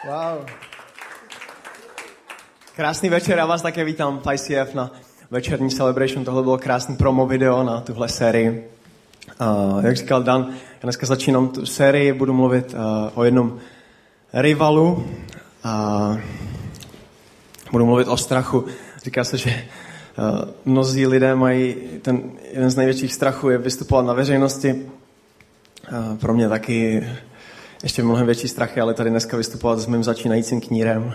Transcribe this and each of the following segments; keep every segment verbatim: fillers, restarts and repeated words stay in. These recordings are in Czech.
Wow. Krásný večer, já vás také vítám v I C F na večerní celebration. Tohle bylo krásný promo video na tuhle sérii. Uh, jak říkal Dan, já dneska začínám tu sérii, budu mluvit uh, o jednom rivalu. Uh, budu mluvit o strachu. Říká se, že uh, mnozí lidé mají ten jeden z největších strachů je vystupovat na veřejnosti. Uh, pro mě taky ještě mnohem větší strach je, ale tady dneska vystupovat s mým začínajícím knírem.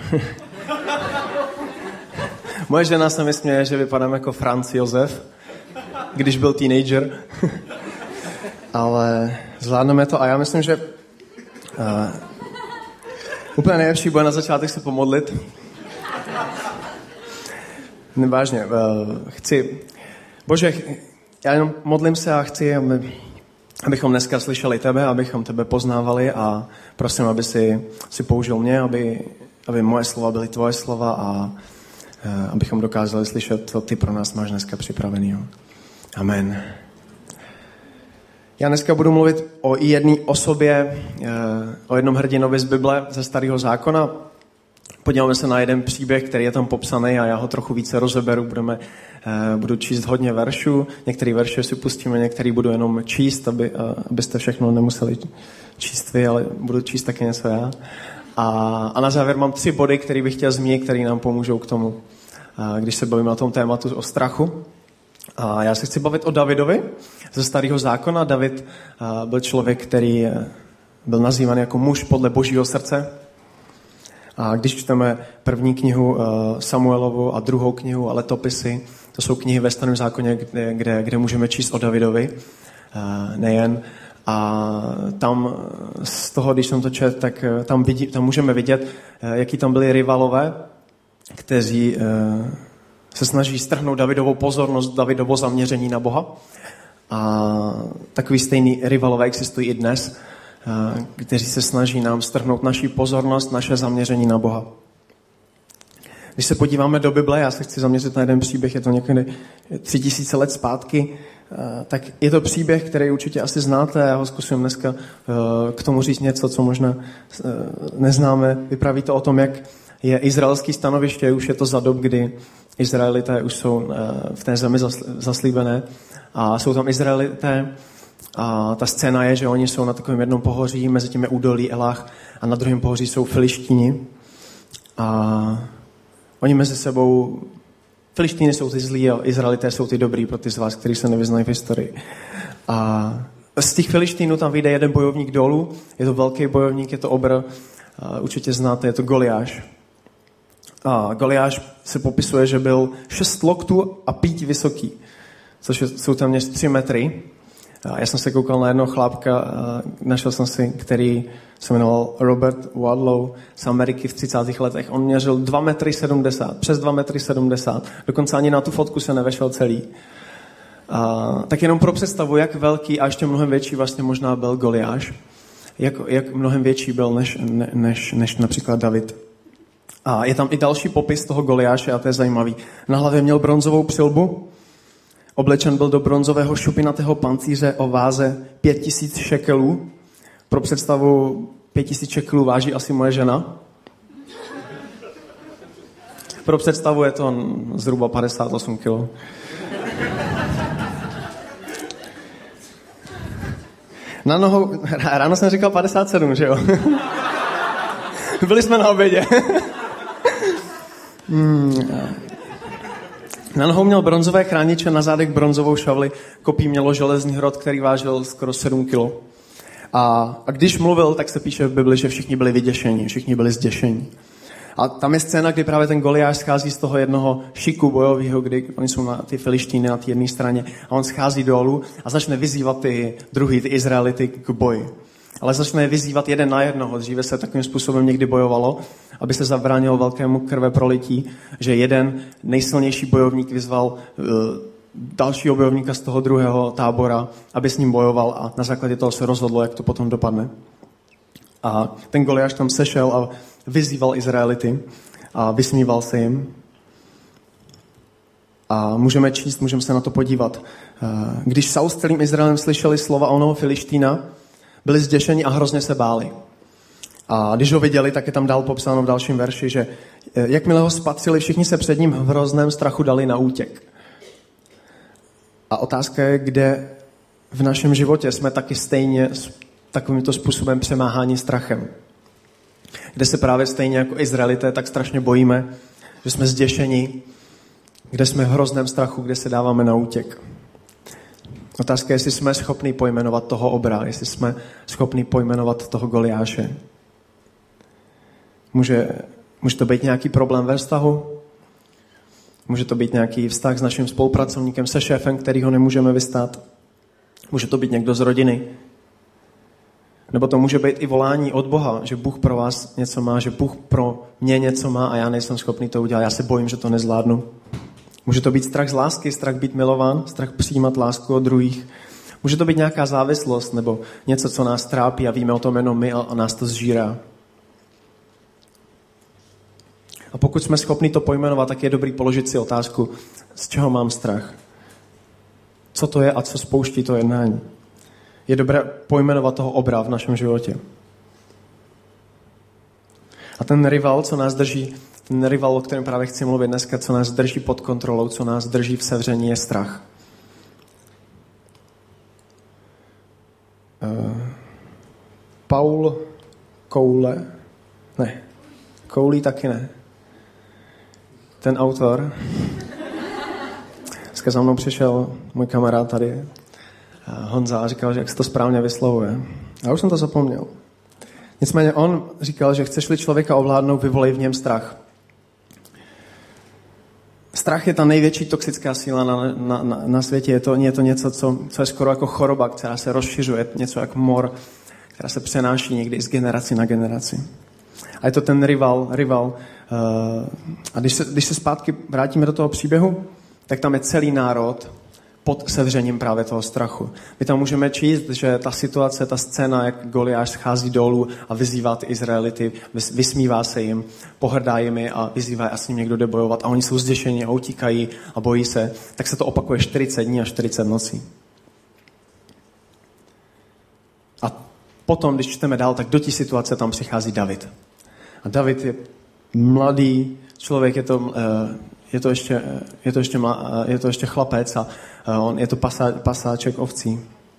Moje žena se mi směje, že vypadám jako Franz Josef, když byl teenager. Ale zvládneme to a já myslím, že uh, úplně nejlepší bude na začátek se pomodlit. Nevážně, uh, chci... Bože, já jenom modlím se a chci, aby, abychom dneska slyšeli tebe, abychom tebe poznávali a prosím, aby si, si použil mě, aby, aby moje slova byly tvoje slova a uh, abychom dokázali slyšet, co ty pro nás máš dneska připravený. Amen. Já dneska budu mluvit o jedné osobě, o jednom hrdinovi z Bible, ze Starého zákona. Podíváme se na jeden příběh, který je tam popsaný a já ho trochu více rozeberu. Budeme, budu číst hodně veršů, některé verše si pustíme, některé budu jenom číst, aby, abyste všechno nemuseli číst vy, ale budu číst taky něco já. A, a na závěr mám tři body, které bych chtěl zmínit, které nám pomůžou k tomu, když se bavíme o tom tématu o strachu. A já se chci bavit o Davidovi ze Starého zákona. David byl člověk, který byl nazývaný jako muž podle Božího srdce. A když čteme první knihu Samuelovu a druhou knihu a letopisy, to jsou knihy ve Starém zákoně, kde, kde, kde můžeme číst o Davidovi, nejen. A tam z toho, když jsem to čet, tak tam, vidí, tam můžeme vidět, jaký tam byli rivalové, kteří se snaží strhnout Davidovou pozornost, Davidovo zaměření na Boha. A takový stejný rivalové existují i dnes, kteří se snaží nám strhnout naši pozornost, naše zaměření na Boha. Když se podíváme do Bible, já se chci zaměřit na jeden příběh, je to někdy tři tisíce let zpátky, tak je to příběh, který určitě asi znáte, já ho zkusím dneska k tomu říct něco, co možná neznáme. Vypraví to o tom, jak je izraelský stanoviště, už je to za dob, kdy Izraelité už jsou v té zemi zaslíbené a jsou tam Izraelité a ta scéna je, že oni jsou na takovém jednom pohoří, mezi tím je údolí Elach a na druhém pohoří jsou Filištíni a oni mezi sebou, Filištíni jsou ty zlí a Izraelité jsou ty dobrý pro ty z vás, kteří se nevyznají v historii. A z těch Filištínů tam vyjde jeden bojovník dolů, je to velký bojovník, je to obr, určitě znáte, je to Goliáš. A Goliáš se popisuje, že byl šest loktů a pět vysoký, což jsou téměř tři metry. A já jsem se koukal na jednoho chlápka, našel jsem si, který se jmenoval Robert Wadlow z Ameriky v třicátých letech. On měřil dva metry sedmdesát, přes dva metry sedmdesát. Dokonce ani na tu fotku se nevešel celý. A tak jenom pro představu, jak velký a ještě mnohem větší vlastně možná byl Goliáš. Jak, jak mnohem větší byl než, ne, než, než například David. A je tam i další popis toho Goliáše a to je zajímavý. Na hlavě měl bronzovou přilbu, oblečen byl do bronzového šupinatého pancíře o váze pět tisíc šekelů. Pro představu pět tisíc šekelů váží asi moje žena. Pro představu je to zhruba padesát osm kilogramů. Na nohou, ráno jsem říkal padesát sedm, že jo? Byli jsme na obědě. Hmm. Na nohou měl bronzové chrániče, na zádech bronzovou šavli, kopí mělo železný hrot, který vážil skoro sedm kilo. A, a když mluvil, tak se píše v Bibli, že všichni byli vyděšení, všichni byli zděšení. A tam je scéna, kdy právě ten Goliáš schází z toho jednoho šiku bojového, kdy oni jsou na ty Filištíny na té jedné straně a on schází dolů a začne vyzývat ty druhý, ty Izraelity k boji. Ale začne vyzývat jeden na jednoho. Dříve se takovým způsobem někdy bojovalo, aby se zabránilo velkému krve prolití, že jeden nejsilnější bojovník vyzval uh, dalšího bojovníka z toho druhého tábora, aby s ním bojoval a na základě toho se rozhodlo, jak to potom dopadne. A ten Goliáš tam sešel a vyzýval Izraelity a vysmíval se jim. A můžeme číst, můžeme se na to podívat. Když Saul s celým Izraelem slyšeli slova onoho Filištína, byli zděšeni a hrozně se báli. A když ho viděli, tak je tam dál popsáno v dalším verši, že jakmile ho spatřili, všichni se před ním v hrozném strachu dali na útěk. A otázka je, kde v našem životě jsme taky stejně takovýmto způsobem přemáháni strachem. Kde se právě stejně jako Izraelité tak strašně bojíme, že jsme zděšeni, kde jsme v hrozném strachu, kde se dáváme na útěk. Otázka je, jestli jsme schopni pojmenovat toho obra, jestli jsme schopni pojmenovat toho Goliáše. Může, může to být nějaký problém ve vztahu, může to být nějaký vztah s naším spolupracovníkem, se šéfem, kterýho nemůžeme vystát. Může to být někdo z rodiny. Nebo to může být i volání od Boha, že Bůh pro vás něco má, že Bůh pro mě něco má a já nejsem schopný to udělat. Já se bojím, že to nezvládnu. Může to být strach z lásky, strach být milován, strach přijímat lásku od druhých. Může to být nějaká závislost nebo něco, co nás trápí a víme o tom jenom my a nás to zžírá. A pokud jsme schopni to pojmenovat, tak je dobrý položit si otázku, z čeho mám strach. Co to je a co spouští to jednání. Je dobré pojmenovat toho obra v našem životě. A ten rival, co nás drží, ten rival, o kterém právě chci mluvit dneska, co nás drží pod kontrolou, co nás drží v sevření, je strach. Uh, Paul Koule, ne, Koulí taky ne. Ten autor, dneska za mnou přišel můj kamarád tady, Honza, a říkal, že jak se to správně vyslovuje. Já už jsem to zapomněl. Nicméně on říkal, že chceš-li člověka ovládnout, vyvolej v něm strach. Strach je ta největší toxická síla na, na, na, na světě. Je to, je to něco, co, co je skoro jako choroba, která se rozšiřuje, něco jako mor, která se přenáší někdy i z generaci na generaci. A je to ten rival. rival. Uh, a když se, když se zpátky vrátíme do toho příběhu, tak tam je celý národ pod sevřením právě toho strachu. My tam můžeme číst, že ta situace, ta scéna, jak Goliáš schází dolů a vyzývá ty Izraelity, vysmívá se jim, pohrdá jimi a vyzývá, a s ním někdo jde bojovat a oni jsou zděšení a utíkají a bojí se, tak se to opakuje čtyřicet dní a čtyřicet nocí. A potom, když čteme dál, tak do té situace tam přichází David. A David je mladý člověk, je to... Uh, Je to ještě, je to ještě, mla, je to ještě chlapec a on je to pasá, pasáček ovcí.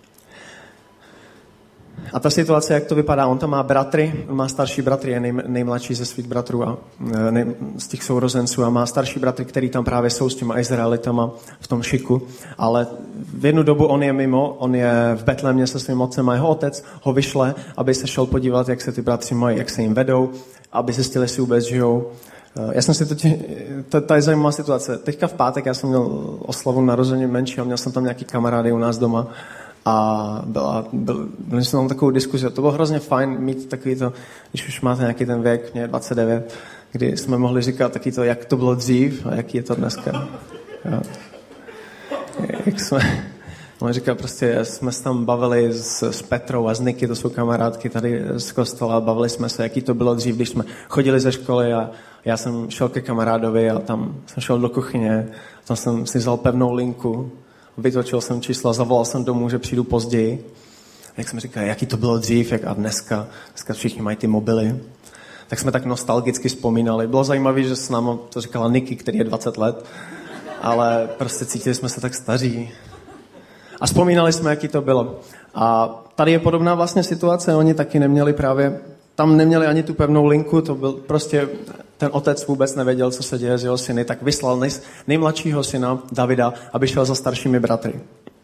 A ta situace, jak to vypadá, on tam má bratry, on má starší bratry, je nej, nejmladší ze svých bratrů a nej, z těch sourozenců a má starší bratry, který tam právě jsou s těma Izraelitama v tom šiku. Ale v jednu dobu on je mimo, on je v Betlémě se svým otcem a jeho otec ho vyšle, aby se šel podívat, jak se ty bratři mají, jak se jim vedou, aby zjistili, jestli vůbec žijou. Já jsem si totiž, to, to je zajímavá situace. Teďka v pátek já jsem měl oslavu narozenin menšího, měl jsem tam nějaký kamarády u nás doma a byla, byl, byl jsem tam takovou diskuzi. To bylo hrozně fajn mít takový to, když už máte nějaký ten věk, mě je dvacet devět, kdy jsme mohli říkat taky to, jak to bylo dřív a jaký je to dneska. Jo. Jak jsme... On říkal prostě, jsme se tam bavili s, s Petrou a s Niky, to jsou kamarádky tady z kostela, bavili jsme se, jaký to bylo dřív, když jsme chodili ze školy a já jsem šel ke kamarádovi a tam jsem šel do kuchyně, tam jsem si vzal pevnou linku, vytočil jsem číslo a zavolal jsem domů, že přijdu později. A jak jsem říkal, jaký to bylo dřív, jak a dneska, dneska všichni mají ty mobily. Tak jsme tak nostalgicky vzpomínali. Bylo zajímavé, že s námi to říkala Niky, který je dvacet let, ale prostě cítili jsme se tak staří. A vzpomínali jsme, jaký to bylo. A tady je podobná vlastně situace, oni taky neměli právě, tam neměli ani tu pevnou linku, to byl prostě, ten otec vůbec nevěděl, co se děje s jeho syny, tak vyslal nej, nejmladšího syna Davida, aby šel za staršími bratry.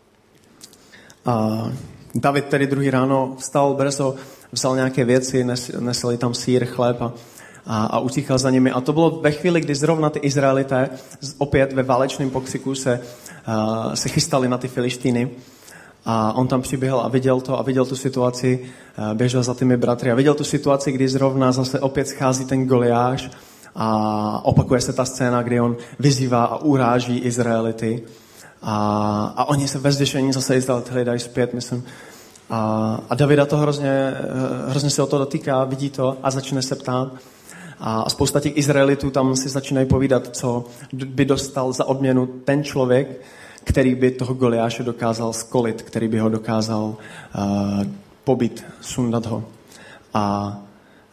A David tedy druhý ráno vstal brzo, vzal nějaké věci, nes, nesli tam sýr, chléb a, a, a utíkal za nimi. A to bylo ve chvíli, kdy zrovna ty Izraelité opět ve válečném pokřiku se, uh, se chystali na ty Filištíny. A on tam přiběhl a viděl to a viděl tu situaci, uh, běžel za těmi bratry a viděl tu situaci, kdy zrovna zase opět schází ten Goliáš a opakuje se ta scéna, kdy on vyzývá a uráží Izraelity. A, a oni se ve zděšení zase Izraelity dají zpět, myslím. A, a Davida to hrozně, hrozně se o to dotýká, vidí to a začne se ptát. A spousta těch Izraelitů tam si začínají povídat, co by dostal za odměnu ten člověk, který by toho Goliáše dokázal skolit, který by ho dokázal uh, pobít, sundat ho. A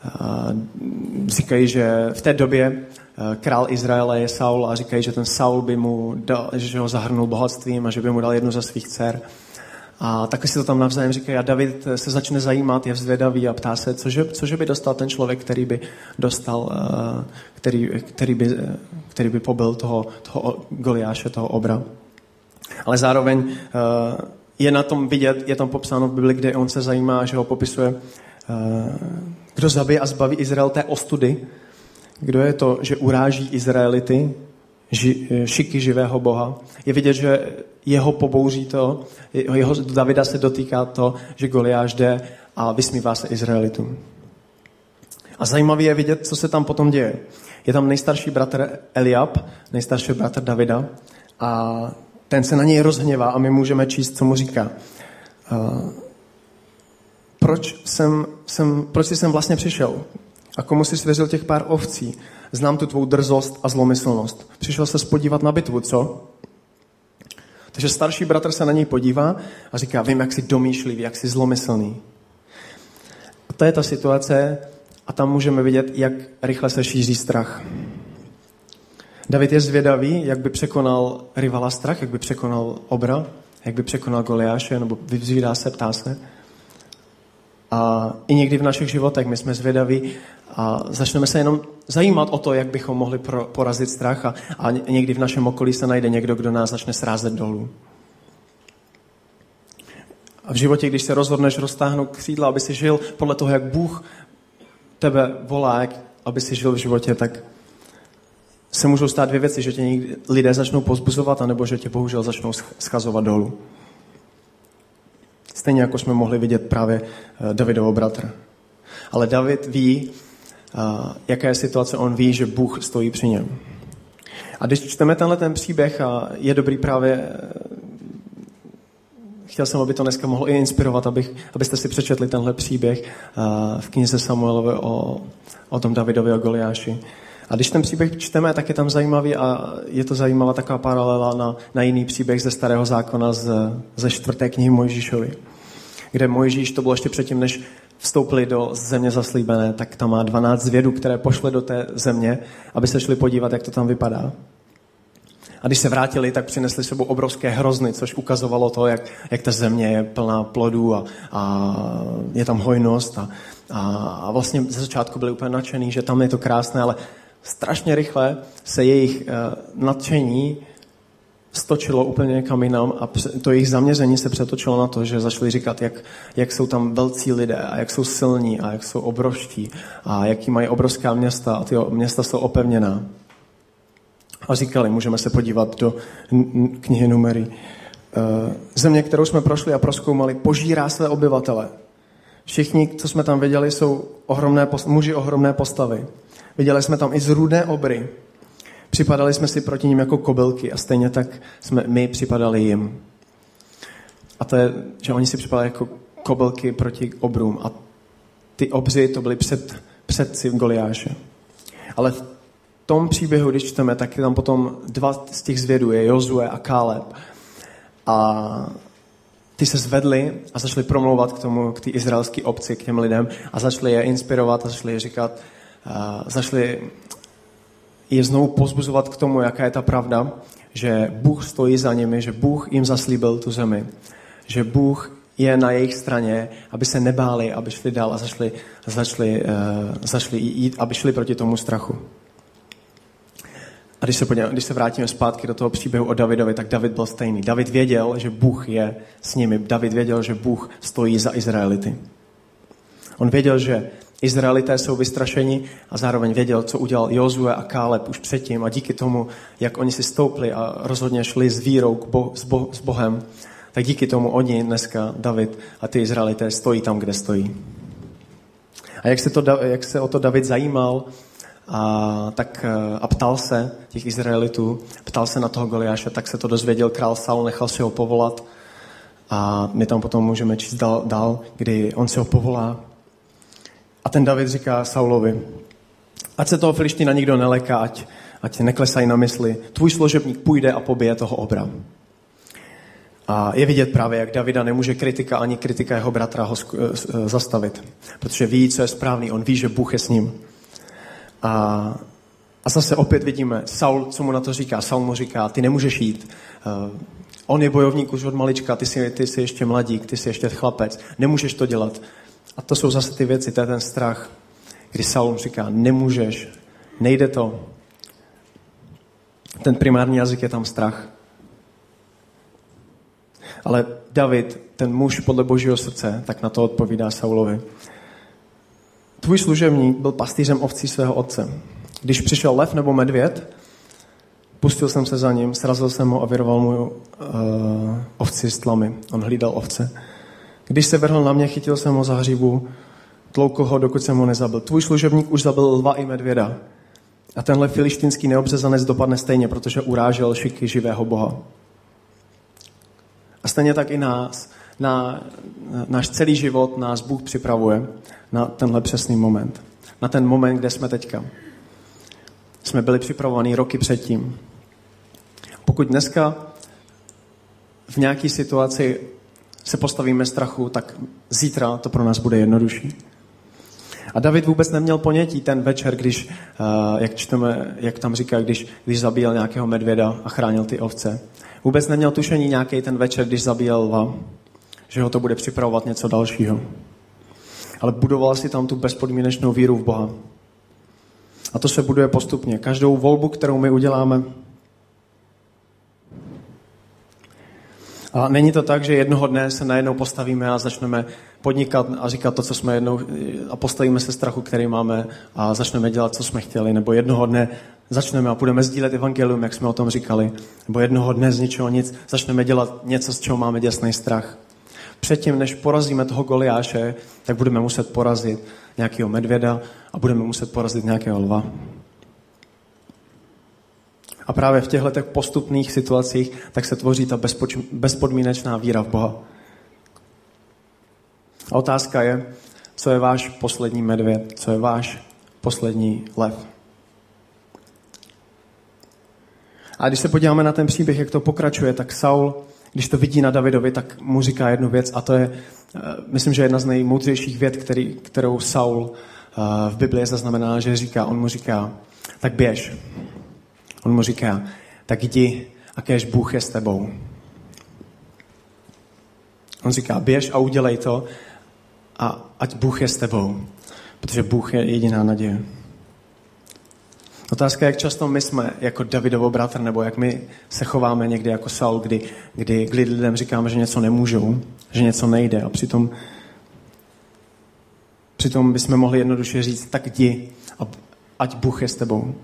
Říkají, že v té době král Izraele je Saul a říkají, že ten Saul by mu dal, že ho zahrnul bohatstvím a že by mu dal jednu ze svých dcer. A taky si to tam navzájem říkají a David se začne zajímat, je vzvědavý a ptá se, cože, cože by dostal ten člověk, který by dostal, který, který, by, který by pobil toho, toho Goliáše, toho obra. Ale zároveň je na tom vidět, je tam popsáno v Bibli, kde on se zajímá, že ho popisuje, kdo zabije a zbaví Izrael té ostudy, kdo je to, že uráží Izraelity, ži, šiky živého Boha. Je vidět, že jeho pobouří to, jeho Davida se dotýká to, že Goliáš jde a vysmívá se Izraelitům. A zajímavé je vidět, co se tam potom děje. Je tam nejstarší bratr Eliab, nejstarší bratr Davida a ten se na něj rozhněvá a my můžeme číst, co mu říká. Uh, proč, jsem, jsem, proč jsi sem vlastně přišel? A komu jsi svěřil těch pár ovcí? Znám tu tvou drzost a zlomyslnost. Přišel se podívat na bitvu, co? Takže starší bratr se na něj podívá a říká, vím, jak jsi domýšlivý, jak jsi zlomyslný. A to je ta situace a tam můžeme vidět, jak rychle se šíří strach. David je zvědavý, jak by překonal rivala strach, jak by překonal obra, jak by překonal Goliáše, nebo vyzvídá se, ptá se. A i někdy v našich životech my jsme zvědaví a začneme se jenom zajímat o to, jak bychom mohli pro, porazit strach a, a někdy v našem okolí se najde někdo, kdo nás začne srázet dolů. A v životě, když se rozhodneš roztáhnout křídla, aby si žil podle toho, jak Bůh tebe volá, jak, aby si žil v životě, tak se můžou stát dvě věci, že tě někdy lidé začnou pozbuzovat, anebo že tě bohužel začnou schazovat dolů. Stejně jako jsme mohli vidět právě Davidovo bratra. Ale David ví, jaká je situace, on ví, že Bůh stojí při něm. A když čteme tenhle ten příběh, a je dobrý právě, chtěl jsem, aby to dneska mohlo i inspirovat, abych, abyste si přečetli tenhle příběh v knize Samuelové o, o tom Davidovi a Goliáši. A když ten příběh čteme, tak je tam zajímavý a je to zajímavá taková paralela na, na jiný příběh ze Starého zákona z, ze čtvrté knihy Mojžíšovi, kde Mojžíš, to bylo ještě předtím, než vstoupili do země zaslíbené, tak tam má dvanáct zvědů, které pošle do té země, aby se šli podívat, jak to tam vypadá. A když se vrátili, tak přinesli s sebou obrovské hrozny, což ukazovalo to, jak, jak ta země je plná plodů a, a je tam hojnost. A, a, a vlastně ze začátku byli úplně nadšený, že tam je to krásné, ale strašně rychle se jejich uh, nadšení stočilo úplně někam jinam a to jejich zaměření se přetočilo na to, že začali říkat, jak, jak jsou tam velcí lidé a jak jsou silní a jak jsou obrovští a jaký mají obrovská města a ty města jsou opevněná. A říkali, můžeme se podívat do knihy Numery. Země, kterou jsme prošli a prozkoumali, požírá své obyvatele. Všichni, co jsme tam viděli, jsou ohromné, muži ohromné postavy. Viděli jsme tam i zrůdné obry. Připadali jsme si proti ním jako kobylky a stejně tak jsme my připadali jim. A to je, že oni si připadali jako kobylky proti obrům. A ty obři to byly před, předci Goliáše. Ale v tom příběhu, když čteme, tak je tam potom dva z těch zvědů, je Jozue a Káleb. A ty se zvedli a začali promlouvat k tomu, k té izraelské obci, k těm lidem a začali je inspirovat a začali je říkat, a začali je znovu pozbuzovat k tomu, jaká je ta pravda, že Bůh stojí za nimi, že Bůh jim zaslíbil tu zemi, že Bůh je na jejich straně, aby se nebáli, aby šli dál a začali, začali, uh, začali jít, aby šli proti tomu strachu. A když se, podívám, když se vrátíme zpátky do toho příběhu o Davidovi, tak David byl stejný. David věděl, že Bůh je s nimi. David věděl, že Bůh stojí za Izraelity. On věděl, že Izraelité jsou vystrašeni a zároveň věděl, co udělal Jozue a Káleb už předtím a díky tomu, jak oni si stoupli a rozhodně šli s vírou k bo, s, bo, s Bohem, tak díky tomu oni dneska, David a ty Izraelité, stojí tam, kde stojí. A jak se, to, jak se o to David zajímal a, tak, a ptal se těch Izraelitů, ptal se na toho Goliáše, tak se to dozvěděl král Saul, nechal si ho povolat a my tam potom můžeme číst dál, dál kdy on si ho povolá. A ten David říká Saulovi, ať se toho Filiština nikdo neleká, ať, ať neklesají na mysli. Tvůj služebník půjde a pobije toho obra. A je vidět právě, jak Davida nemůže kritika ani kritika jeho bratra ho zastavit. Protože ví, co je správný. On ví, že Bůh je s ním. A, a zase opět vidíme, Saul, co mu na to říká. Saul mu říká, ty nemůžeš jít. Uh, on je bojovník už od malička, ty jsi, ty jsi ještě mladík, ty jsi ještě chlapec. Nemůžeš to dělat. A to jsou zase ty věci, to je ten strach, kdy Saul mu říká, nemůžeš, nejde to. Ten primární jazyk je tam strach. Ale David, ten muž podle Božího srdce, tak na to odpovídá Saulovi. Tvůj služebník byl pastýřem ovcí svého otce. Když přišel lev nebo medvěd, pustil jsem se za ním, srazil jsem ho a vyroval mu uh, ovci s tlamy. On hlídal ovce. Když se vrhl na mě, chytil jsem ho za hříbu, tloukl ho, dokud jsem ho nezabil. Tvůj služebník už zabil lva i medvěda. A tenhle filištinský neobřezanec dopadne stejně, protože urážel šiky živého Boha. A stejně tak i nás, na, na náš celý život nás Bůh připravuje na tenhle přesný moment. Na ten moment, kde jsme teďka. Jsme byli připravovaní roky předtím. Pokud dneska v nějaké situaci se postavíme strachu, tak zítra to pro nás bude jednodušší. A David vůbec neměl ponětí ten večer, když, jak čteme, jak tam říká, když, když zabíjel nějakého medvěda a chránil ty ovce. Vůbec neměl tušení nějaký ten večer, když zabíjel lva, že ho to bude připravovat něco dalšího. Ale budoval si tam tu bezpodmínečnou víru v Boha. A to se buduje postupně. Každou volbu, kterou my uděláme. A není to tak, že jednoho dne se najednou postavíme a začneme podnikat a říkat to, co jsme jednou, a postavíme se strachu, který máme a začneme dělat, co jsme chtěli. Nebo jednoho dne začneme a budeme sdílet evangelium, jak jsme o tom říkali. Nebo jednoho dne z ničeho nic začneme dělat něco, z čeho máme děsný strach. Předtím, než porazíme toho Goliáše, tak budeme muset porazit nějakého medvěda a budeme muset porazit nějakého lva. A právě v těchto postupných situacích tak se tvoří ta bezpoč- bezpodmínečná víra v Boha. A otázka je, co je váš poslední medvěd, co je váš poslední lev. A když se podíváme na ten příběh, jak to pokračuje, tak Saul, když to vidí na Davidovi, tak mu říká jednu věc a to je, myslím, že jedna z nejmoudřejších vět, který, kterou Saul v Biblii je zaznamená, že říká, on mu říká, tak běž. On mu říká, tak jdi a kéž Bůh je s tebou. On říká, běž a udělej to a ať Bůh je s tebou, protože Bůh je jediná naděje. Otázka je, jak často my jsme jako Davidovo bratr, nebo jak my se chováme někdy jako Saul, kdy, kdy, kdy lidem říkáme, že něco nemůžou, že něco nejde a přitom, přitom bychom mohli jednoduše říct, tak jdi a ať Bůh je s tebou.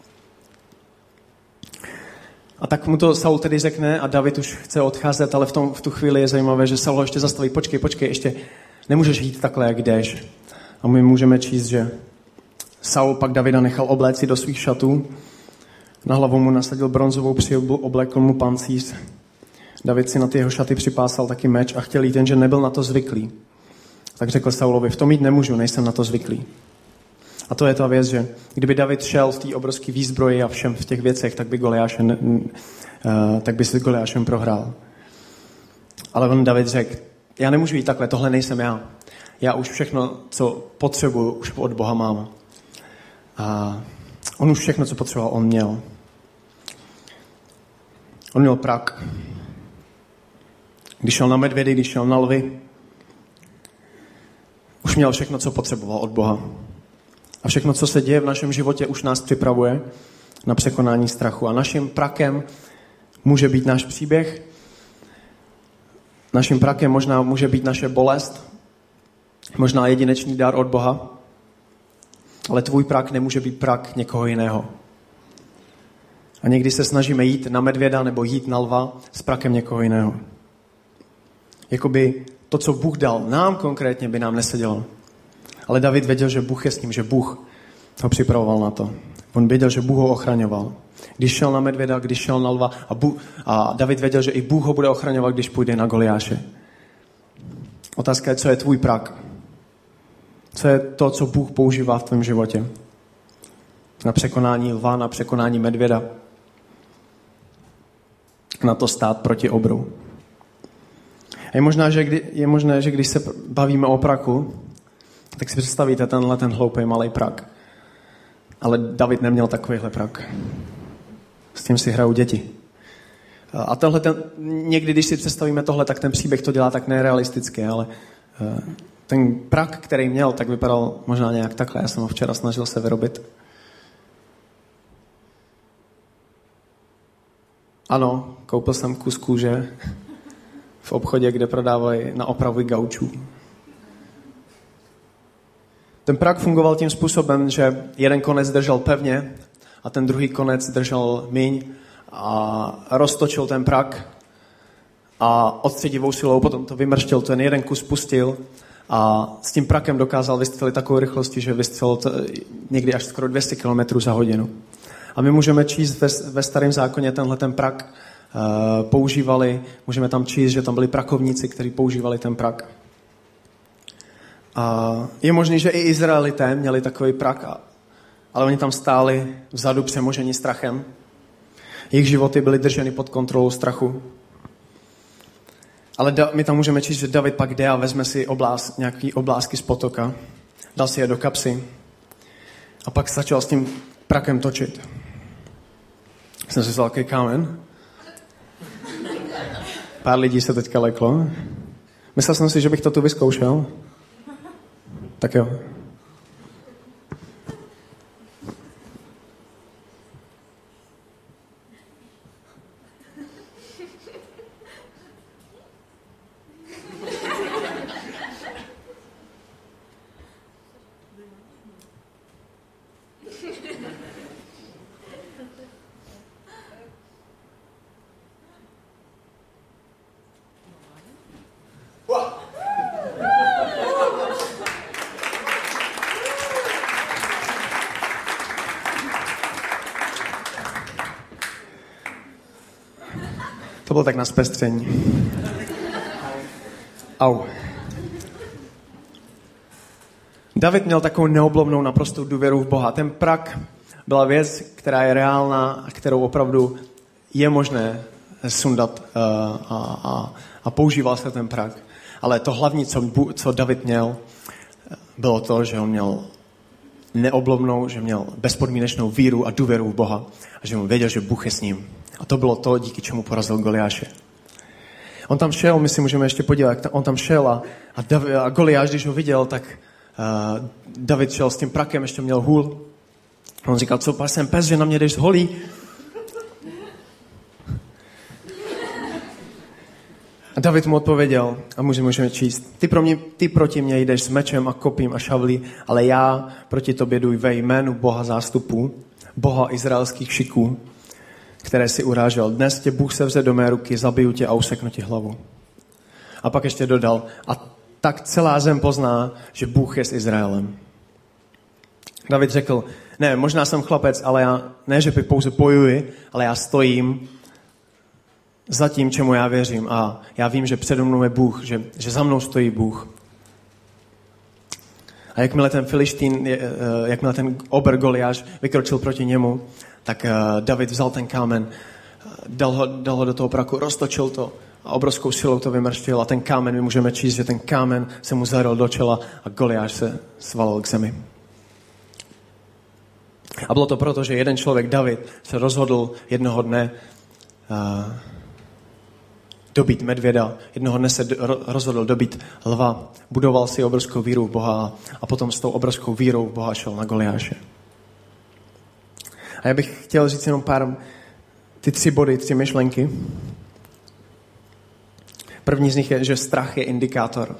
A tak mu to Saul tedy řekne a David už chce odcházet, ale v, tom, v tu chvíli je zajímavé, že Saul ho ještě zastaví. Počkej, počkej, ještě nemůžeš jít takhle, jak jdeš. A my můžeme číst, že Saul pak Davida nechal obléci do svých šatů, na hlavu mu nasadil bronzovou přilbu, oblekl mu pancíř. David si na ty jeho šaty připásal taky meč a chtěl jít, jenže nebyl na to zvyklý. Tak řekl Saulovi, v tom jít nemůžu, nejsem na to zvyklý. A to je ta věc, že kdyby David šel v té obrovské výzbroji a všem v těch věcech, tak by, Goliáše, uh, tak by si s Goliášem prohrál. Ale on David řekl, já nemůžu jít takhle, tohle nejsem já. Já už všechno, co potřebuju, už od Boha mám. A on už všechno, co potřeboval, on měl. On měl prak. Když šel na medvědy, když šel na lvy, už měl všechno, co potřeboval od Boha. A všechno, co se děje v našem životě, už nás připravuje na překonání strachu. A naším prakem může být náš příběh. Naším prakem možná může být naše bolest. Možná jedinečný dar od Boha. Ale tvůj prak nemůže být prak někoho jiného. A někdy se snažíme jít na medvěda nebo jít na lva s prakem někoho jiného. Jakoby to, co Bůh dal nám konkrétně, by nám nesedělo. Ale David věděl, že Bůh je s ním, že Bůh ho připravoval na to. On věděl, že Bůh ho ochraňoval. Když šel na medvěda, když šel na lva a, Bůh, a David věděl, že i Bůh ho bude ochraňovat, když půjde na Goliáše. Otázka je, co je tvůj prak? Co je to, co Bůh používá v tvém životě? Na překonání lva, na překonání medvěda. Na to stát proti obru. Je, možná, že kdy, je možné, že když se bavíme o praku, tak si představíte tenhle ten hloupý malý prak. Ale David neměl takovýhle prak. S tím si hrajou děti. A tenhle ten, někdy, když si představíme tohle, tak ten příběh to dělá tak nerealisticky, ale ten prak, který měl, tak vypadal možná nějak takhle. Já jsem ho včera snažil se vyrobit. Ano, koupil jsem kus kůže v obchodě, kde prodávají na opravu gaučů. Ten prak fungoval tím způsobem, že jeden konec držel pevně a ten druhý konec držel míň a roztočil ten prak a odstředivou silou potom to vymrštil, ten jeden kus pustil a s tím prakem dokázal vystřelit takovou rychlostí, že vystřelil někdy až skoro dvě stě kilometrů za hodinu. A my můžeme číst ve, ve starém zákoně tenhle ten prak uh, používali, můžeme tam číst, že tam byli prakovníci, kteří používali ten prak. A je možné, že i Izraelité měli takový prak, ale oni tam stáli vzadu přemoženi strachem. Jejich životy byly drženy pod kontrolou strachu. Ale da, my tam můžeme číst, že David pak jde a vezme si oblás, nějaký oblásky z potoka, dal si je do kapsy a pak začal s tím prakem točit. Jsem si vzal takový kámen. Pár lidí se teďka leklo. Myslel jsem si, že bych to tu vyzkoušel. Tak jo. To bylo tak na zpestření. Au. David měl takovou neoblomnou naprostou důvěru v Boha. Ten prak byla věc, která je reálná a kterou opravdu je možné sundat uh, a, a, a používal se ten prak. Ale to hlavní, co, co David měl, bylo to, že on měl neoblomnou, že měl bezpodmínečnou víru a důvěru v Boha a že on věděl, že Bůh je s ním. A to bylo to, díky čemu porazil Goliáše. On tam šel, my si můžeme ještě podívat, jak on tam šel a, a, David, a Goliáš, když ho viděl, tak uh, David šel s tím prakem, ještě měl hůl. On říkal, co, pak jsem pes, že na mě jdeš z holí. A David mu odpověděl, a můžeme, můžeme číst, ty, pro mě, ty proti mě jdeš s mečem a kopím a šavlí, ale já proti tobě jdu ve jménu Boha zástupů, Boha izraelských šiků, které si urážel. Dnes tě Bůh sevře do mé ruky, zabiju tě a useknu ti hlavu. A pak ještě dodal, a tak celá zem pozná, že Bůh je s Izraelem. David řekl, ne, možná jsem chlapec, ale já, ne, že pouze bojuji, ale já stojím za tím, čemu já věřím. A já vím, že přede mnou je Bůh, že, že za mnou stojí Bůh. A jakmile ten Filištín, jakmile ten obr Goliáš vykročil proti němu, tak David vzal ten kámen, dal ho, dal ho do toho praku, roztočil to a obrovskou silou to vymrštil a ten kámen, my můžeme číst, že ten kámen se mu zaril do čela a Goliáš se svalil k zemi. A bylo to proto, že jeden člověk, David, se rozhodl jednoho dne uh, dobít medvěda, jednoho dne se rozhodl dobít lva, budoval si obrovskou víru v Boha a potom s tou obrovskou vírou v Boha šel na Goliáše. A já bych chtěl říct jenom pár, ty tři body, tři myšlenky. První z nich je, že strach je indikátor.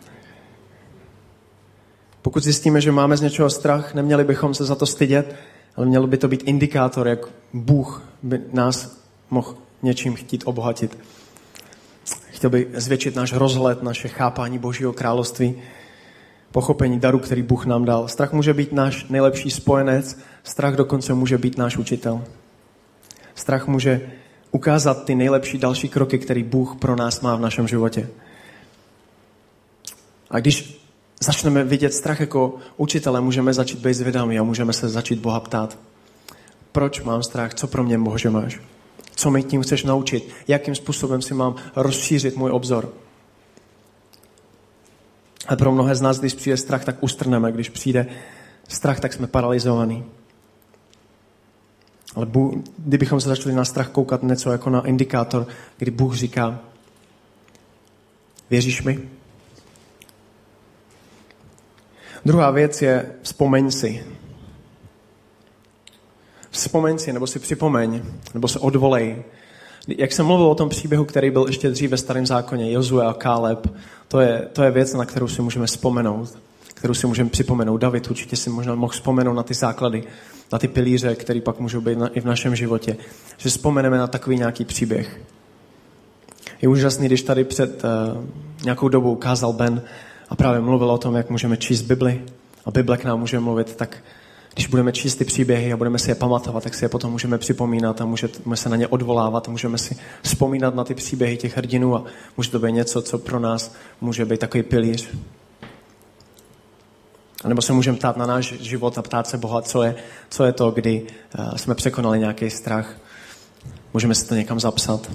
Pokud zjistíme, že máme z něčeho strach, neměli bychom se za to stydět, ale měl by to být indikátor, jak Bůh by nás mohl něčím chtít obohatit. Chtěl by zvětšit náš rozhled, naše chápání Božího království, pochopení daru, který Bůh nám dal. Strach může být náš nejlepší spojenec, strach dokonce může být náš učitel. Strach může ukázat ty nejlepší další kroky, které Bůh pro nás má v našem životě. A když začneme vidět strach jako učitele, můžeme začít být zvědomí a můžeme se začít Boha ptát. Proč mám strach? Co pro mě, Bože, máš? Co mi tím chceš naučit? Jakým způsobem si mám rozšířit můj obzor? A pro mnohé z nás, když přijde strach, tak ustrneme. Když přijde strach, tak jsme paralizovaní. Ale Bůh, kdybychom se začali na strach koukat něco jako na indikátor, kdy Bůh říká, věříš mi? Druhá věc je, vzpomeň si. Vzpomeň si, nebo si připomeň, nebo se odvolej. Jak jsem mluvil o tom příběhu, který byl ještě dřív ve Starém zákoně, Jozue a Káleb, to je, to je věc, na kterou si můžeme vzpomenout, kterou si můžeme připomenout. David určitě si možná mohl vzpomenout na ty základy, na ty pilíře, které pak můžou být na, i v našem životě. Že vzpomeneme na takový nějaký příběh. Je úžasný, když tady před uh, nějakou dobou kázal Ben a právě mluvil o tom, jak můžeme číst Bibli a Bible k nám může mluvit, tak když budeme číst ty příběhy a budeme si je pamatovat, tak si je potom můžeme připomínat a můžeme se na ně odvolávat, můžeme si vzpomínat na ty příběhy těch hrdinů a může to být něco, co pro nás může být takový pilíř. A nebo se můžeme ptát na náš život a ptát se Boha, co je, co je to, kdy uh, jsme překonali nějaký strach. Můžeme si to někam zapsat.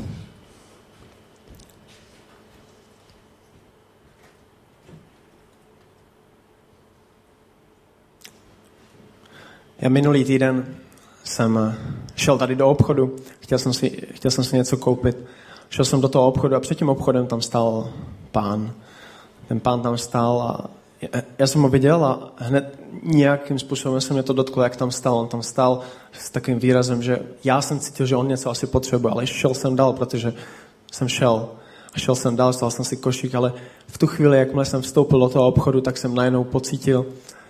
Já minulý týden jsem šel tady do obchodu, chtěl jsem si, chtěl jsem si něco koupit. Šel jsem do toho obchodu a před tím obchodem tam stál pán. Ten pán tam stál a já jsem ho viděl a hned nějakým způsobem se mě to dotklo, jak tam stál. On tam stál s takovým výrazem, že já jsem cítil, že on něco asi potřebuje, ale šel jsem dál, protože jsem šel. A šel jsem dál, stal jsem si košík, ale v tu chvíli, jakmile jsem vstoupil do toho obchodu, tak jsem najednou pocítil,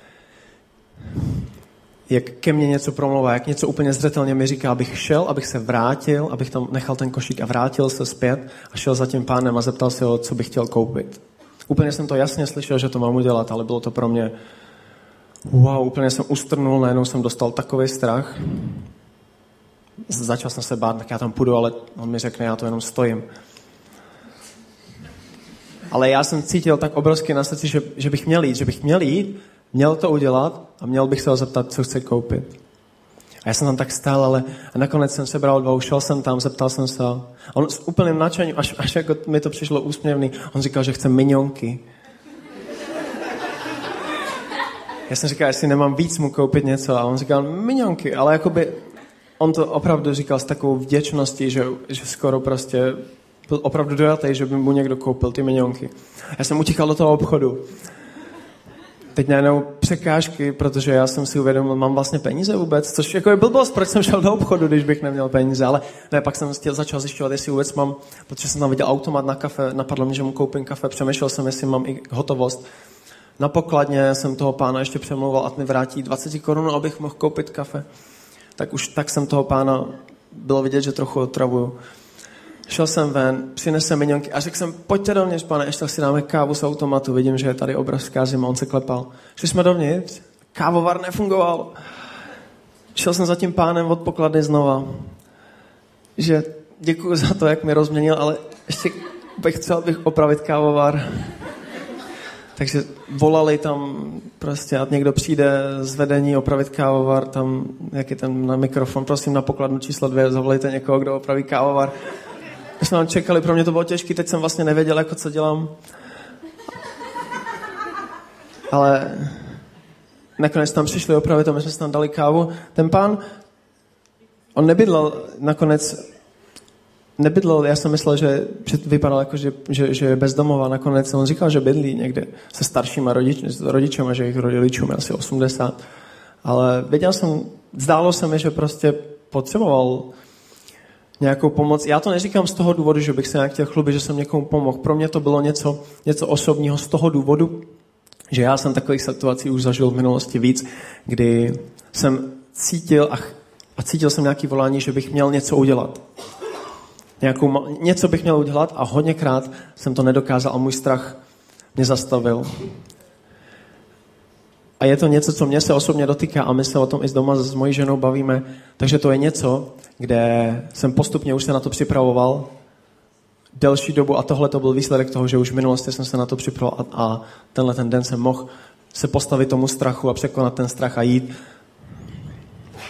jak ke mně něco promlouvá, jak něco úplně zřetelně mi říká, abych šel, abych se vrátil, abych tam nechal ten košík a vrátil se zpět a šel za tím pánem a zeptal se ho, co bych chtěl koupit. Úplně jsem to jasně slyšel, že to mám udělat, ale bylo to pro mě wow, úplně jsem ustrnul, najednou jsem dostal takový strach. Začal jsem se bát, tak já tam půjdu, ale on mi řekne, já to jenom stojím. Ale já jsem cítil tak obrovsky na srdci, že, že bych měl jít, že bych měl jít, měl to udělat a měl bych se ho zeptat, co chce koupit. A já jsem tam tak stál, ale a nakonec jsem se bral odvahu, šel jsem tam, zeptal jsem se. A on s úplným nadšením, až, až jako mi to přišlo úsměvný, on říkal, že chce miňonky. Já jsem říkal, jestli nemám víc mu koupit něco. A on říkal, miňonky, ale jakoby on to opravdu říkal s takovou vděčností, že, že skoro prostě byl opravdu dojatý, že by mu někdo koupil ty miňonky. Já jsem utíkal do toho obchodu. Teď najednou překážky, protože já jsem si uvědomil, mám vlastně peníze vůbec, což jako je blbost, proč jsem šel do obchodu, když bych neměl peníze, ale ne, pak jsem chtěl, začal zjišťovat, jestli vůbec mám, protože jsem tam viděl automat na kafe, napadlo mi, že mu koupím kafe, přemýšlel jsem, jestli mám i hotovost. Na pokladně jsem toho pána ještě přemlouval, ať mi vrátí dvacet korun, abych mohl koupit kafe. Tak už tak jsem toho pána, bylo vidět, že trochu otravuju. Šel jsem ven, přinesl miňonky a řekl jsem, pojďte dovnitř, pane, ještě si dáme kávu z automatu, vidím, že je tady obrovská zima, on se klepal. Šli jsme dovnitř, kávovar nefungoval. Šel jsem za tím pánem od pokladny znova, že děkuji za to, jak mi rozměnil, ale ještě bych chtěl bych opravit kávovar. Takže volali tam prostě, ať někdo přijde z vedení opravit kávovar, tam, jak je ten na mikrofon, prosím na pokladnu číslo dvě, zavolejte někoho, kdo opraví kávovar. My jsme tam čekali, pro mě to bylo těžké, teď jsem vlastně nevěděl, jako co dělám. Ale nakonec tam přišli opravit a my jsme si tam dali kávu. Ten pán, on nebydlel nakonec, nebydlel, já jsem myslel, že vypadal jako, že, že, že je bezdomová. Nakonec on říkal, že bydlí někde se staršíma rodič, rodičema, že jejich rodičům je asi osmdesát. Ale věděl jsem, zdálo se mi, že prostě potřeboval nějakou pomoc. Já to neříkám z toho důvodu, že bych se nějak chtěl chlubit, že jsem někomu pomohl. Pro mě to bylo něco, něco osobního z toho důvodu, že já jsem takových situací už zažil v minulosti víc, kdy jsem cítil a, a cítil jsem nějaký volání, že bych měl něco udělat. Nějakou, něco bych měl udělat a hodněkrát jsem to nedokázal a můj strach mě zastavil. A je to něco, co mě se osobně dotýká a my se o tom i s doma s mojí ženou bavíme. Takže to je něco, kde jsem postupně už se na to připravoval delší dobu a tohle to byl výsledek toho, že už v minulosti jsem se na to připravoval a, a tenhle ten den jsem mohl se postavit tomu strachu a překonat ten strach a jít.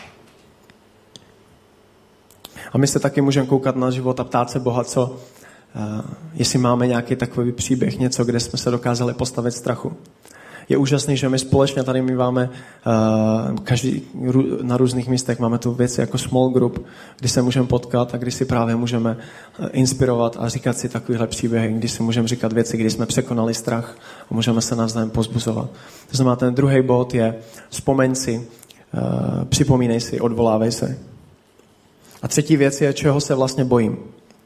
A my se taky můžeme koukat na život a ptát se Boha, co, jestli máme nějaký takový příběh, něco, kde jsme se dokázali postavit strachu. Je úžasný, že my společně tady míváme uh, každý na různých místech, máme tu věci jako small group, kdy se můžeme potkat a kdy si právě můžeme inspirovat a říkat si takovýhle příběhy, kdy si můžeme říkat věci, kdy jsme překonali strach a můžeme se navzájem pozbuzovat. To znamená, ten druhý bod je vzpomeň si, uh, připomínej si, odvolávej se. A třetí věc je, čeho se vlastně bojím.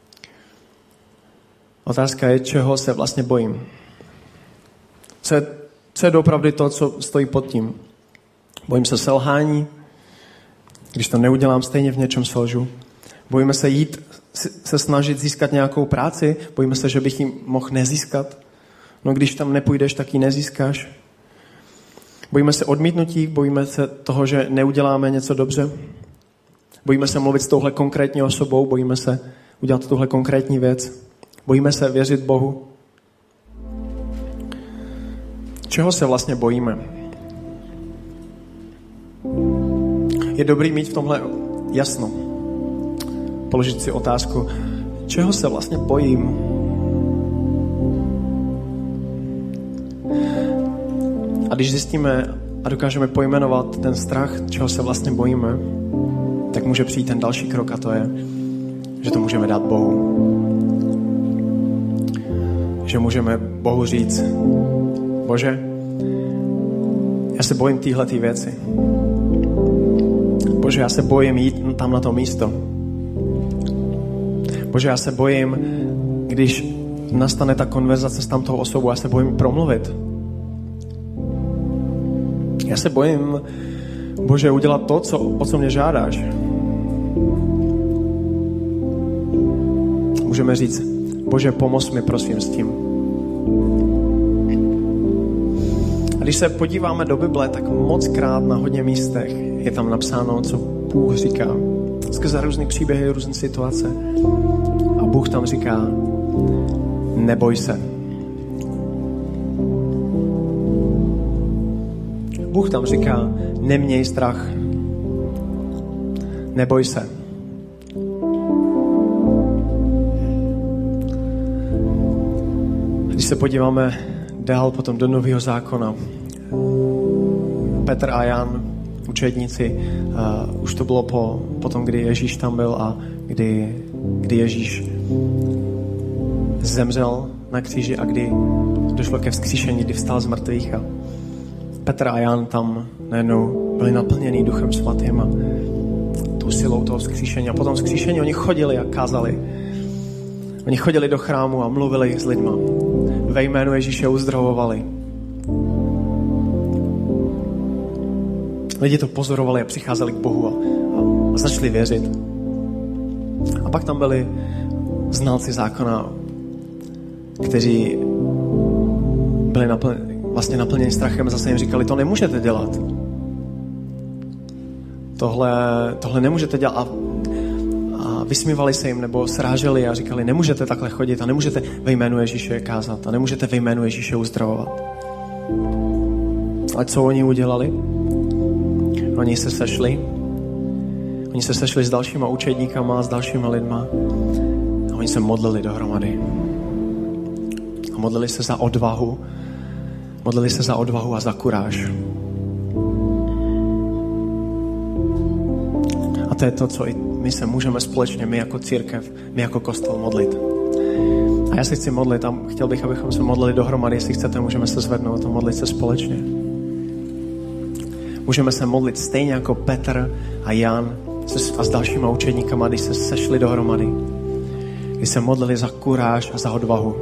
Otázka je, čeho se vlastně bojím. Co je, co je doopravdy to, co stojí pod tím? Bojím se selhání, když to neudělám, stejně v něčem selžu. Bojíme se jít, se snažit získat nějakou práci, bojíme se, že bych ji mohl nezískat. No když tam nepůjdeš, tak ji nezískáš. Bojíme se odmítnutí, bojíme se toho, že neuděláme něco dobře. Bojíme se mluvit s touhle konkrétní osobou, bojíme se udělat tuhle konkrétní věc. Bojíme se věřit Bohu. Čeho se vlastně bojíme? Je dobrý mít v tomhle jasno. Položit si otázku, čeho se vlastně bojím? A když zjistíme a dokážeme pojmenovat ten strach, čeho se vlastně bojíme, tak může přijít ten další krok a to je, že to můžeme dát Bohu. Že můžeme Bohu říct, Bože, já se bojím téhletý věci. Bože, já se bojím jít tam na to místo. Bože, já se bojím, když nastane ta konverzace s tamtou osobou, já se bojím promluvit. Já se bojím, Bože, udělat to, co, o co mě žádáš. Můžeme říct, Bože, pomoz mi prosím s tím. A když se podíváme do Bible, tak moc krát na hodně místech je tam napsáno, co Bůh říká. Skrze různý příběhy, různé situace. A Bůh tam říká, neboj se. Bůh tam říká, neměj strach. Neboj se. Když se podíváme dál potom do Nového zákona, Petr a Jan, učedníci, uh, už to bylo po, po tom, kdy Ježíš tam byl a kdy, kdy Ježíš zemřel na kříži a kdy došlo ke vzkříšení, kdy vstal z mrtvých a Petr a Jan tam najednou byli naplněný Duchem Svatým a tou silou toho vzkříšení. A potom vzkříšení oni chodili a kázali. Oni chodili do chrámu a mluvili s lidma. Ve jménu Ježíše uzdravovali. Lidi to pozorovali a přicházeli k Bohu a, a začali věřit. A pak tam byli znalci zákona, kteří byli naplň, vlastně naplněni strachem a zase jim říkali, to nemůžete dělat. Tohle, tohle nemůžete dělat. A, a vysmívali se jim nebo sráželi a říkali, nemůžete takhle chodit a nemůžete ve jménu Ježíše kázat a nemůžete ve jménu Ježíše uzdravovat. Ale co oni udělali? Oni se sešli. Oni se sešli s dalšíma učedníkama, s dalšíma lidma a oni se modlili dohromady. A modlili se za odvahu. Modlili se za odvahu a za kuráž. A to je to, co i my se můžeme společně, my jako církev, my jako kostel modlit. A já se chci modlit a chtěl bych, abychom se modlili dohromady. Jestli chcete, můžeme se zvednout a modlit se společně. Můžeme se modlit stejně jako Petr a Jan a s dalšíma učedníkama, když se sešli dohromady. Když se modlili za kuráž a za odvahu.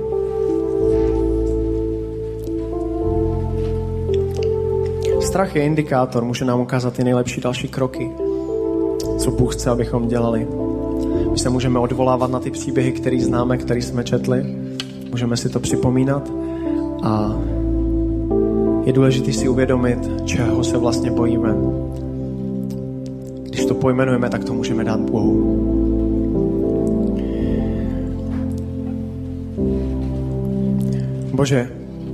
Strach je indikátor, může nám ukázat ty nejlepší další kroky, co Bůh chce, abychom dělali. My se můžeme odvolávat na ty příběhy, které známe, které jsme četli. Můžeme si to připomínat a je důležité si uvědomit, čeho se vlastně bojíme. Když to pojmenujeme, tak to můžeme dát Bohu. Bože,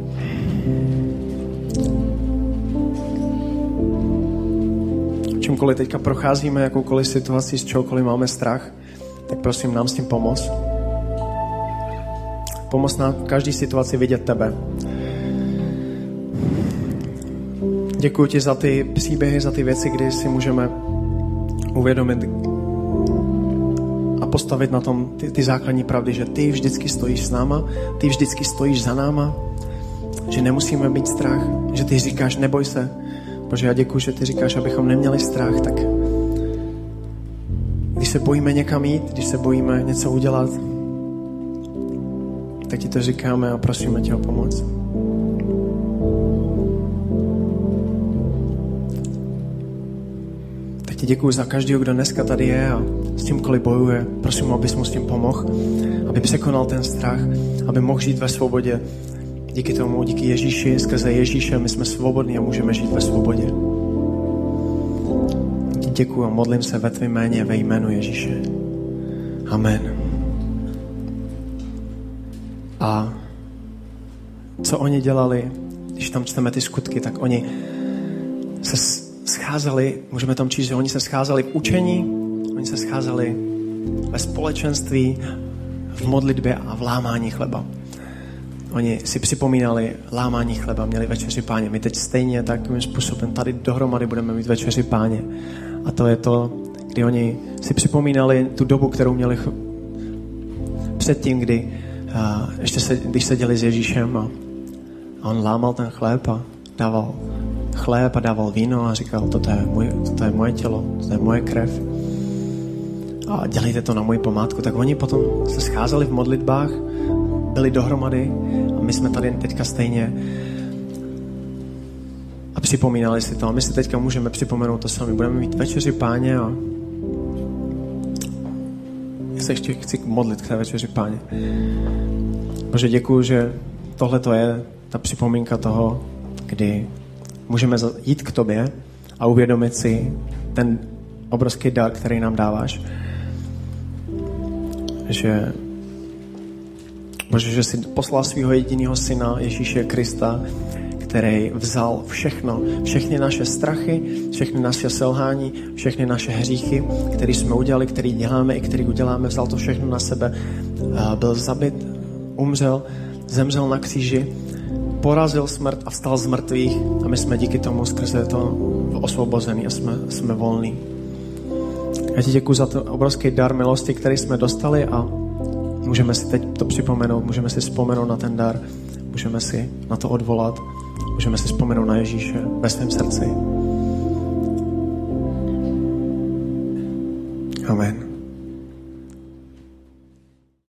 čímkoliv teďka procházíme, jakoukoliv situaci, z čehokoliv máme strach, tak prosím nám s tím pomoz. Pomoz nám v každé situaci vidět tebe. Děkuji ti za ty příběhy, za ty věci, kdy si můžeme uvědomit a postavit na tom ty, ty základní pravdy, že ty vždycky stojíš s náma, ty vždycky stojíš za náma, že nemusíme mít strach, že ty říkáš, neboj se. Bože, já děkuji, že ty říkáš, abychom neměli strach, tak když se bojíme někam jít, když se bojíme něco udělat, tak ti to říkáme a prosíme tě o pomoc. Tak ti děkuji za každého, kdo dneska tady je a s tímkoliv bojuje. Prosím, abys mu s tím pomohl, aby překonal ten strach, aby mohl žít ve svobodě. Díky tomu, díky Ježíši, skrze Ježíše, my jsme svobodní a můžeme žít ve svobodě. Ti děkuji a modlím se ve tvém jméně, ve jménu Ježíše. Amen. A co oni dělali, když tam čteme ty skutky, tak oni se scházeli, můžeme tam číst, že oni se scházeli v učení, oni se scházeli ve společenství, v modlitbě a v lámání chleba. Oni si připomínali lámání chleba, měli večeři Páně. My teď stejně takovým způsobem tady dohromady budeme mít večeři Páně. A to je to, kdy oni si připomínali tu dobu, kterou měli ch- předtím, kdy a ještě se, když seděli s Ježíšem a, a on lámal ten chléb a dával chléb a dával víno a říkal, toto je, můj, toto je moje tělo, toto je moje krev a dělejte to na moji památku. Tak oni potom se scházeli v modlitbách, byli dohromady a my jsme tady teďka stejně a připomínali si to. A my si teďka můžeme připomenout to sami. Budeme mít večeři Páně a já se ještě chci modlit k té večeři Páně. Bože, děkuju, že tohle to je ta připomínka toho, kdy můžeme jít k tobě a uvědomit si ten obrovský dar, který nám dáváš. Že Bože, že jsi poslal svého jediného syna Ježíše Krista, který vzal všechno, všechny naše strachy, všechny naše selhání, všechny naše hříchy, které jsme udělali, které děláme i které uděláme, vzal to všechno na sebe, byl zabit, umřel, zemřel na kříži, porazil smrt a vstal z mrtvých a my jsme díky tomu skrze to osvobození a jsme, jsme volní. Já ti děkuji za ten obrovský dar milosti, který jsme dostali a můžeme si teď to připomenout, můžeme si vzpomenout na ten dar, můžeme si na to odvolat, můžeme si vzpomenout na Ježíše ve svém srdci. Amen.